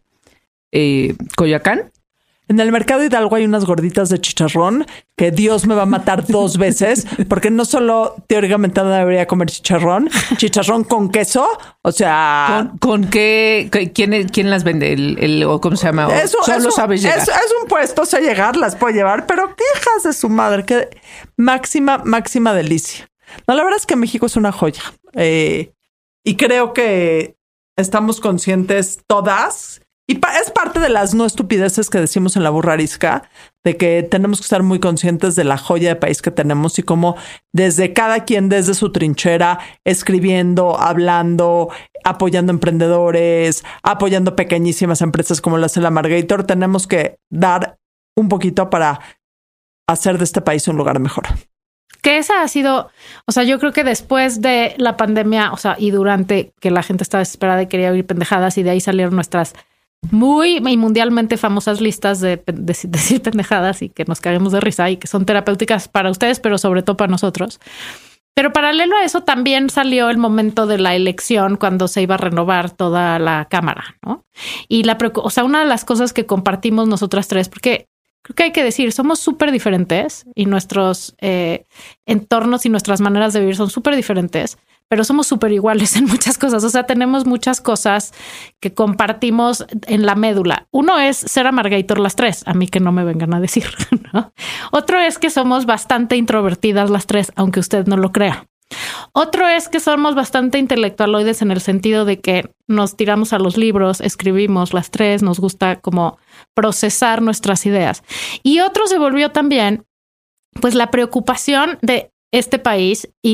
eh, Coyoacán. En el mercado Hidalgo hay unas gorditas de chicharrón que Dios me va a matar dos veces, porque no solo teóricamente no debería comer chicharrón, chicharrón con queso, o sea... ¿Con, con qué? ¿Quién, quién las vende? El, el, ¿O cómo se llama? ¿O eso, solo eso, sabes llegar? Es, es un puesto, sé llegar, las puedo llevar, pero qué hijas de su madre, qué máxima, máxima delicia. No, la verdad es que México es una joya. Eh, y creo que estamos conscientes todas... Y es parte de las no estupideces que decimos en la Burrariska, de que tenemos que estar muy conscientes de la joya de país que tenemos y cómo desde cada quien, desde su trinchera, escribiendo, hablando, apoyando emprendedores, apoyando pequeñísimas empresas como la Cela Margator, tenemos que dar un poquito para hacer de este país un lugar mejor. Que esa ha sido, o sea, yo creo que después de la pandemia, o sea, y durante que la gente estaba desesperada y quería oír pendejadas y de ahí salieron nuestras muy y mundialmente famosas listas de, de, de decir pendejadas y que nos caguemos de risa y que son terapéuticas para ustedes, pero sobre todo para nosotros. Pero paralelo a eso también salió el momento de la elección cuando se iba a renovar toda la Cámara, ¿no? Y la, o sea, una de las cosas que compartimos nosotras tres, porque creo que hay que decir, somos súper diferentes y nuestros eh, entornos y nuestras maneras de vivir son súper diferentes, pero somos súper iguales en muchas cosas. O sea, tenemos muchas cosas que compartimos en la médula. Uno es ser Margator las tres, a mí que no me vengan a decir, ¿no? Otro es que somos bastante introvertidas las tres, aunque usted no lo crea. Otro es que somos bastante intelectualoides en el sentido de que nos tiramos a los libros, escribimos las tres, nos gusta como procesar nuestras ideas. Y otro se volvió también, pues, la preocupación de este país y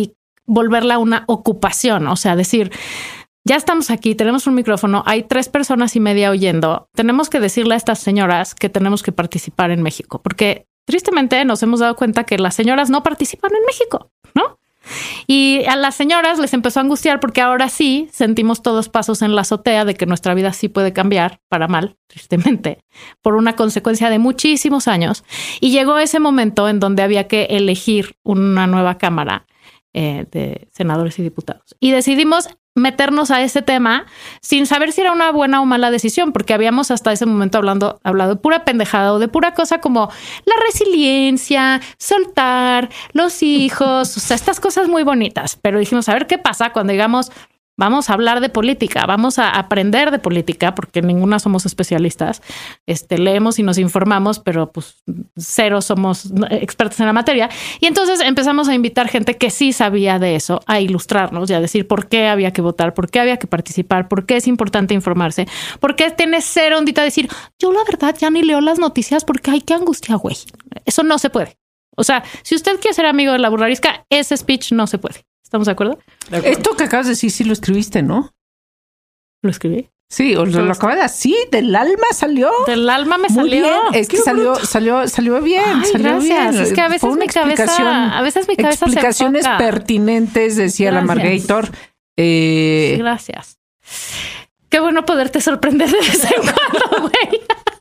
volverla una ocupación, o sea, decir, ya estamos aquí, tenemos un micrófono, hay tres personas y media oyendo, tenemos que decirle a estas señoras que tenemos que participar en México, porque tristemente nos hemos dado cuenta que las señoras no participan en México, ¿no? Y a las señoras les empezó a angustiar porque ahora sí sentimos todos pasos en la azotea de que nuestra vida sí puede cambiar para mal, tristemente, por una consecuencia de muchísimos años. Y llegó ese momento en donde había que elegir una nueva cámara eh, de senadores y diputados. Y decidimos meternos a ese tema sin saber si era una buena o mala decisión, porque habíamos hasta ese momento hablando, hablado de pura pendejada o de pura cosa como la resiliencia, soltar, los hijos, o sea, estas cosas muy bonitas. Pero dijimos, a ver qué pasa cuando digamos, vamos a hablar de política, vamos a aprender de política, porque ninguna somos especialistas. Este, leemos y nos informamos, pero pues cero somos expertos en la materia. Y entonces empezamos a invitar gente que sí sabía de eso, a ilustrarnos y a decir por qué había que votar, por qué había que participar, por qué es importante informarse, por qué tiene cero ondita decir, yo la verdad ya ni leo las noticias porque hay que angustia, güey. Eso no se puede. O sea, si usted quiere ser amigo de la burrarisca, ese speech no se puede. ¿Estamos de acuerdo? de acuerdo? Esto que acabas de decir, sí lo escribiste, ¿no? ¿Lo escribí? Sí, o lo, lo acabas de decir, sí, del alma salió. Del alma me Muy salió. Bien. Es que salió, salió, salió bien. Ay, salió gracias. bien. Es que a veces mi cabeza, a veces mi cabeza explicaciones se enfoca. pertinentes, decía Gracias. la Margator. Eh, sí, gracias. Qué bueno poderte sorprender de vez en cuando, güey.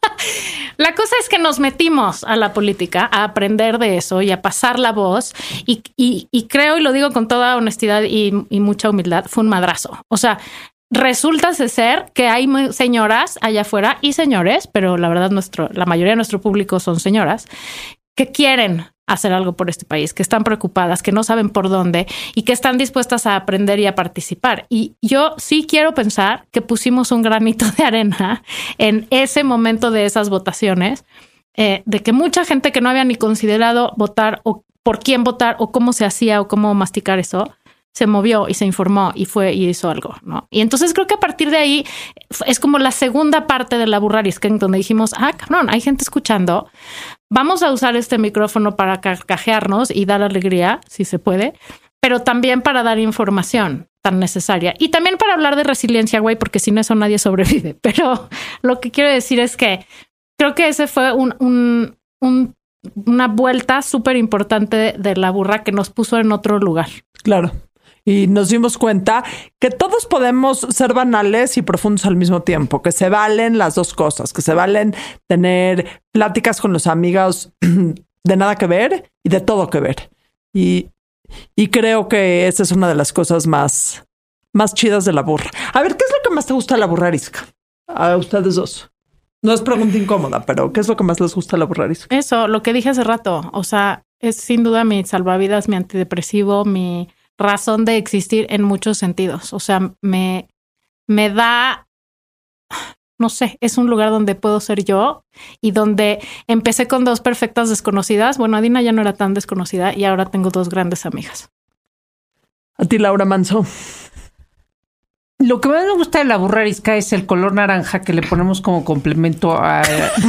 La cosa es que nos metimos a la política, a aprender de eso y a pasar la voz. Y, y, y creo, y lo digo con toda honestidad y, y mucha humildad, fue un madrazo. O sea, resulta ser que hay señoras allá afuera y señores, pero la verdad nuestro, la mayoría de nuestro público son señoras, que quieren hacer algo por este país, que están preocupadas, que no saben por dónde y que están dispuestas a aprender y a participar. Y yo sí quiero pensar que pusimos un granito de arena en ese momento de esas votaciones, eh, de que mucha gente que no había ni considerado votar o por quién votar o cómo se hacía o cómo masticar eso, se movió y se informó y fue y hizo algo, ¿no? Y entonces creo que a partir de ahí es como la segunda parte de la burrarisca en donde dijimos, ah, cabrón, hay gente escuchando. Vamos a usar este micrófono para carcajearnos y dar alegría, si se puede, pero también para dar información tan necesaria. Y también para hablar de resiliencia, güey, porque sin eso nadie sobrevive. Pero lo que quiero decir es que creo que ese fue un, un, un, una vuelta súper importante de, de la burra que nos puso en otro lugar. Claro. Y nos dimos cuenta que todos podemos ser banales y profundos al mismo tiempo, que se valen las dos cosas, que se valen tener pláticas con los amigos de nada que ver y de todo que ver. Y, y creo que esa es una de las cosas más, más chidas de la burra. A ver, ¿qué es lo que más te gusta de la burrarisca? A ustedes dos. No es pregunta incómoda, pero ¿qué es lo que más les gusta de la burrarisca? Eso, lo que dije hace rato. O sea, es sin duda mi salvavidas, mi antidepresivo, mi razón de existir en muchos sentidos. O sea, me, me da, no sé, es un lugar donde puedo ser yo y donde empecé con dos perfectas desconocidas. Bueno, Adina ya no era tan desconocida y ahora tengo dos grandes amigas. A ti, Laura Manso. Lo que más me gusta de la burrarisca es el color naranja que le ponemos como complemento a... a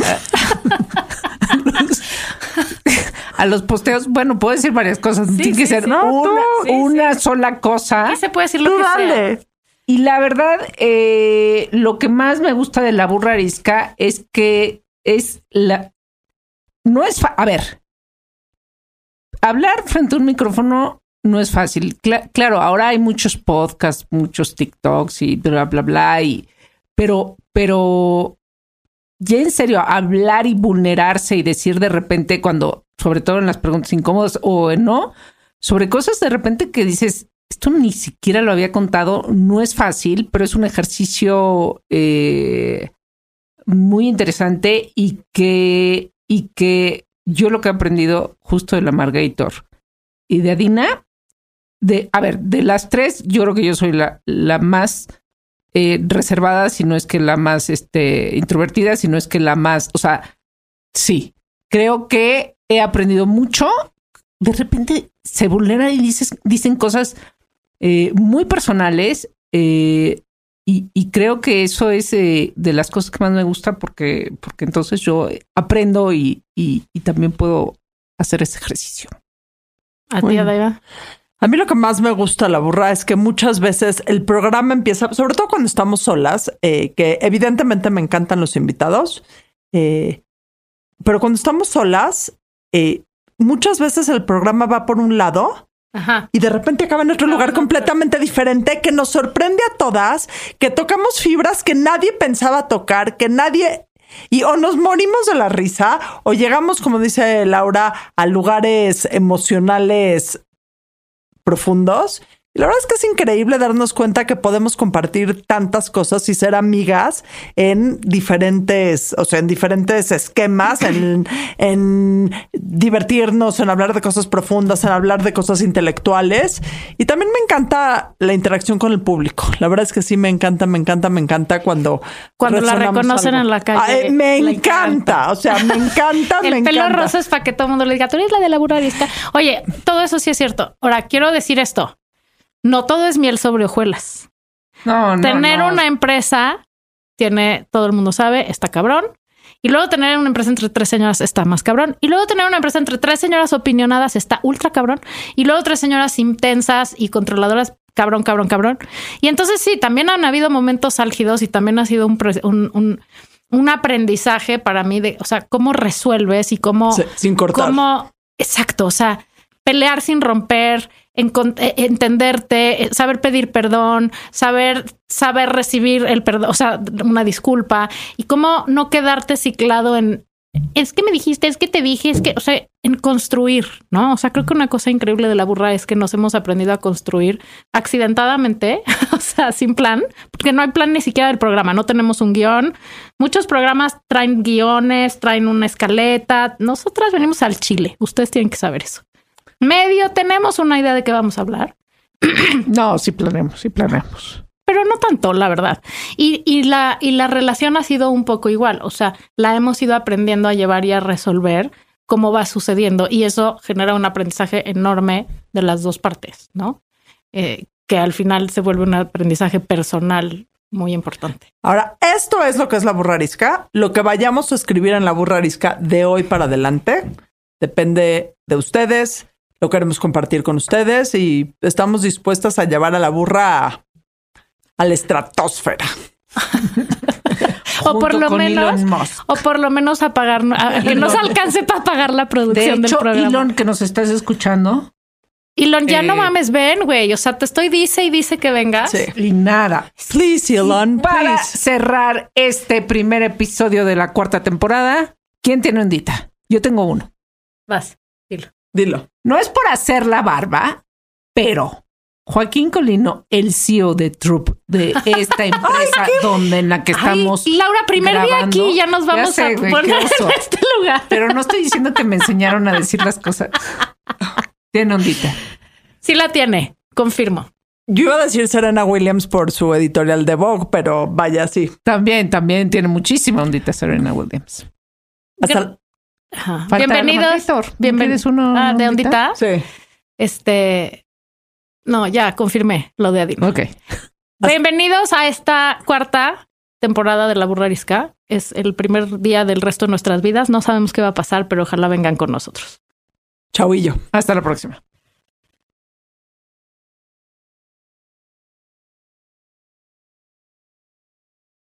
A los posteos, bueno, puedo decir varias cosas. Sí, Tiene sí, que ser sí. no, una, sí, una sí. sola cosa. ¿Qué se puede decir lo Tú que dale. sea? Y la verdad, eh, lo que más me gusta de la burrarisca es que es la... No es... Fa- a ver. Hablar frente a un micrófono no es fácil. Cla- claro, ahora hay muchos podcasts, muchos TikToks y bla, bla, bla. Y, pero, pero... Ya en serio, hablar y vulnerarse y decir de repente cuando... sobre todo en las preguntas incómodas o no, sobre cosas de repente que dices, esto ni siquiera lo había contado, no es fácil, pero es un ejercicio eh, muy interesante y que, y que yo lo que he aprendido justo de la Margator y de Adina, de, a ver, de las tres, yo creo que yo soy la, la más eh, reservada, si no es que la más este, introvertida, si no es que la más, o sea, sí, creo que he aprendido mucho. De repente se vulneran y dices, dicen cosas eh, muy personales eh, y, y creo que eso es eh, de las cosas que más me gusta porque, porque entonces yo aprendo y, y, y también puedo hacer ese ejercicio. ¿A ti, Adaiva? A mí lo que más me gusta de La Burra es que muchas veces el programa empieza, sobre todo cuando estamos solas, eh, que evidentemente me encantan los invitados, eh, pero cuando estamos solas, eh, muchas veces el programa va por un lado. Ajá. Y de repente acaba en otro no, lugar no, completamente no. diferente, que nos sorprende a todas, que tocamos fibras que nadie pensaba tocar, que nadie... Y o nos morimos de la risa o llegamos, como dice Laura, a lugares emocionales profundos. Y la verdad es que es increíble darnos cuenta que podemos compartir tantas cosas y ser amigas en diferentes, o sea, en diferentes esquemas, en, en divertirnos, en hablar de cosas profundas, en hablar de cosas intelectuales. Y también me encanta la interacción con el público. La verdad es que sí me encanta, me encanta, me encanta cuando... Cuando la reconocen algo. En la calle. Ay, me encanta. encanta. O sea, me encanta, me encanta. El pelo rosa es para que todo el mundo le diga, tú eres la de La Burra Arisca. Oye, todo eso sí es cierto. Ahora, quiero decir esto. No todo es miel sobre hojuelas. No, no, tener no. una empresa tiene, todo el mundo sabe, está cabrón. Y luego tener una empresa entre tres señoras está más cabrón. Y luego tener una empresa entre tres señoras opinionadas está ultra cabrón. Y luego tres señoras intensas y controladoras, cabrón, cabrón, cabrón. Y entonces sí, también han habido momentos álgidos y también ha sido un, un, un, un aprendizaje para mí de, o sea, cómo resuelves y cómo... Sí, sin cortar. Cómo, exacto, o sea, pelear sin romper... entenderte, saber pedir perdón, saber, saber recibir el perdón, o sea, una disculpa y cómo no quedarte ciclado en es que me dijiste, es que te dije, es que, o sea, en construir, ¿no? O sea, creo que una cosa increíble de La Burra es que nos hemos aprendido a construir accidentadamente, o sea, sin plan, porque no hay plan ni siquiera del programa, no tenemos un guión. Muchos programas traen guiones, traen una escaleta. Nosotras venimos al chile, ustedes tienen que saber eso. Medio tenemos una idea de qué vamos a hablar. No, sí planeamos, sí planeamos. Pero no tanto, la verdad. Y, y, la, y la relación ha sido un poco igual. O sea, la hemos ido aprendiendo a llevar y a resolver cómo va sucediendo. Y eso genera un aprendizaje enorme de las dos partes, ¿no? Eh, que al final se vuelve un aprendizaje personal muy importante. Ahora, esto es lo que es La Burra Arisca. Lo que vayamos a escribir en La Burra Arisca de hoy para adelante depende de ustedes. Lo queremos compartir con ustedes y estamos dispuestas a llevar a La Burra a, a la estratosfera. o por lo menos, o por lo menos a pagar, a, que nos alcance para pagar la producción de hecho, del programa. Elon, que nos estás escuchando. Elon, ya eh, no mames, ven, güey. O sea, te estoy dice y dice que vengas. Sí. Y nada. Please, Elon, para please. cerrar este primer episodio de la cuarta temporada, ¿quién tiene ondita? Yo tengo uno. Vas, dilo. Dilo. No es por hacer la barba, pero Joaquín Colino, el C E O de Troop, de esta empresa Ay, donde en la que estamos. Ay, Laura, primer grabando, día aquí, ya nos vamos ya sé, a güey, poner en este lugar. Pero no estoy diciendo que me enseñaron a decir las cosas. Tiene ondita. Sí la tiene, confirmo. Yo iba a decir Serena Williams por su editorial de Vogue, pero vaya, sí. También, también tiene muchísima ondita Serena Williams. Hasta bienvenidos. Bienvenidos. Uno, ah, ¿de ondita? Sí. Este. No, ya confirmé lo de Adina. Ok. Bienvenidos a esta cuarta temporada de La Burra Arisca. Es el primer día del resto de nuestras vidas. No sabemos qué va a pasar, pero ojalá vengan con nosotros. Chauillo. Hasta la próxima.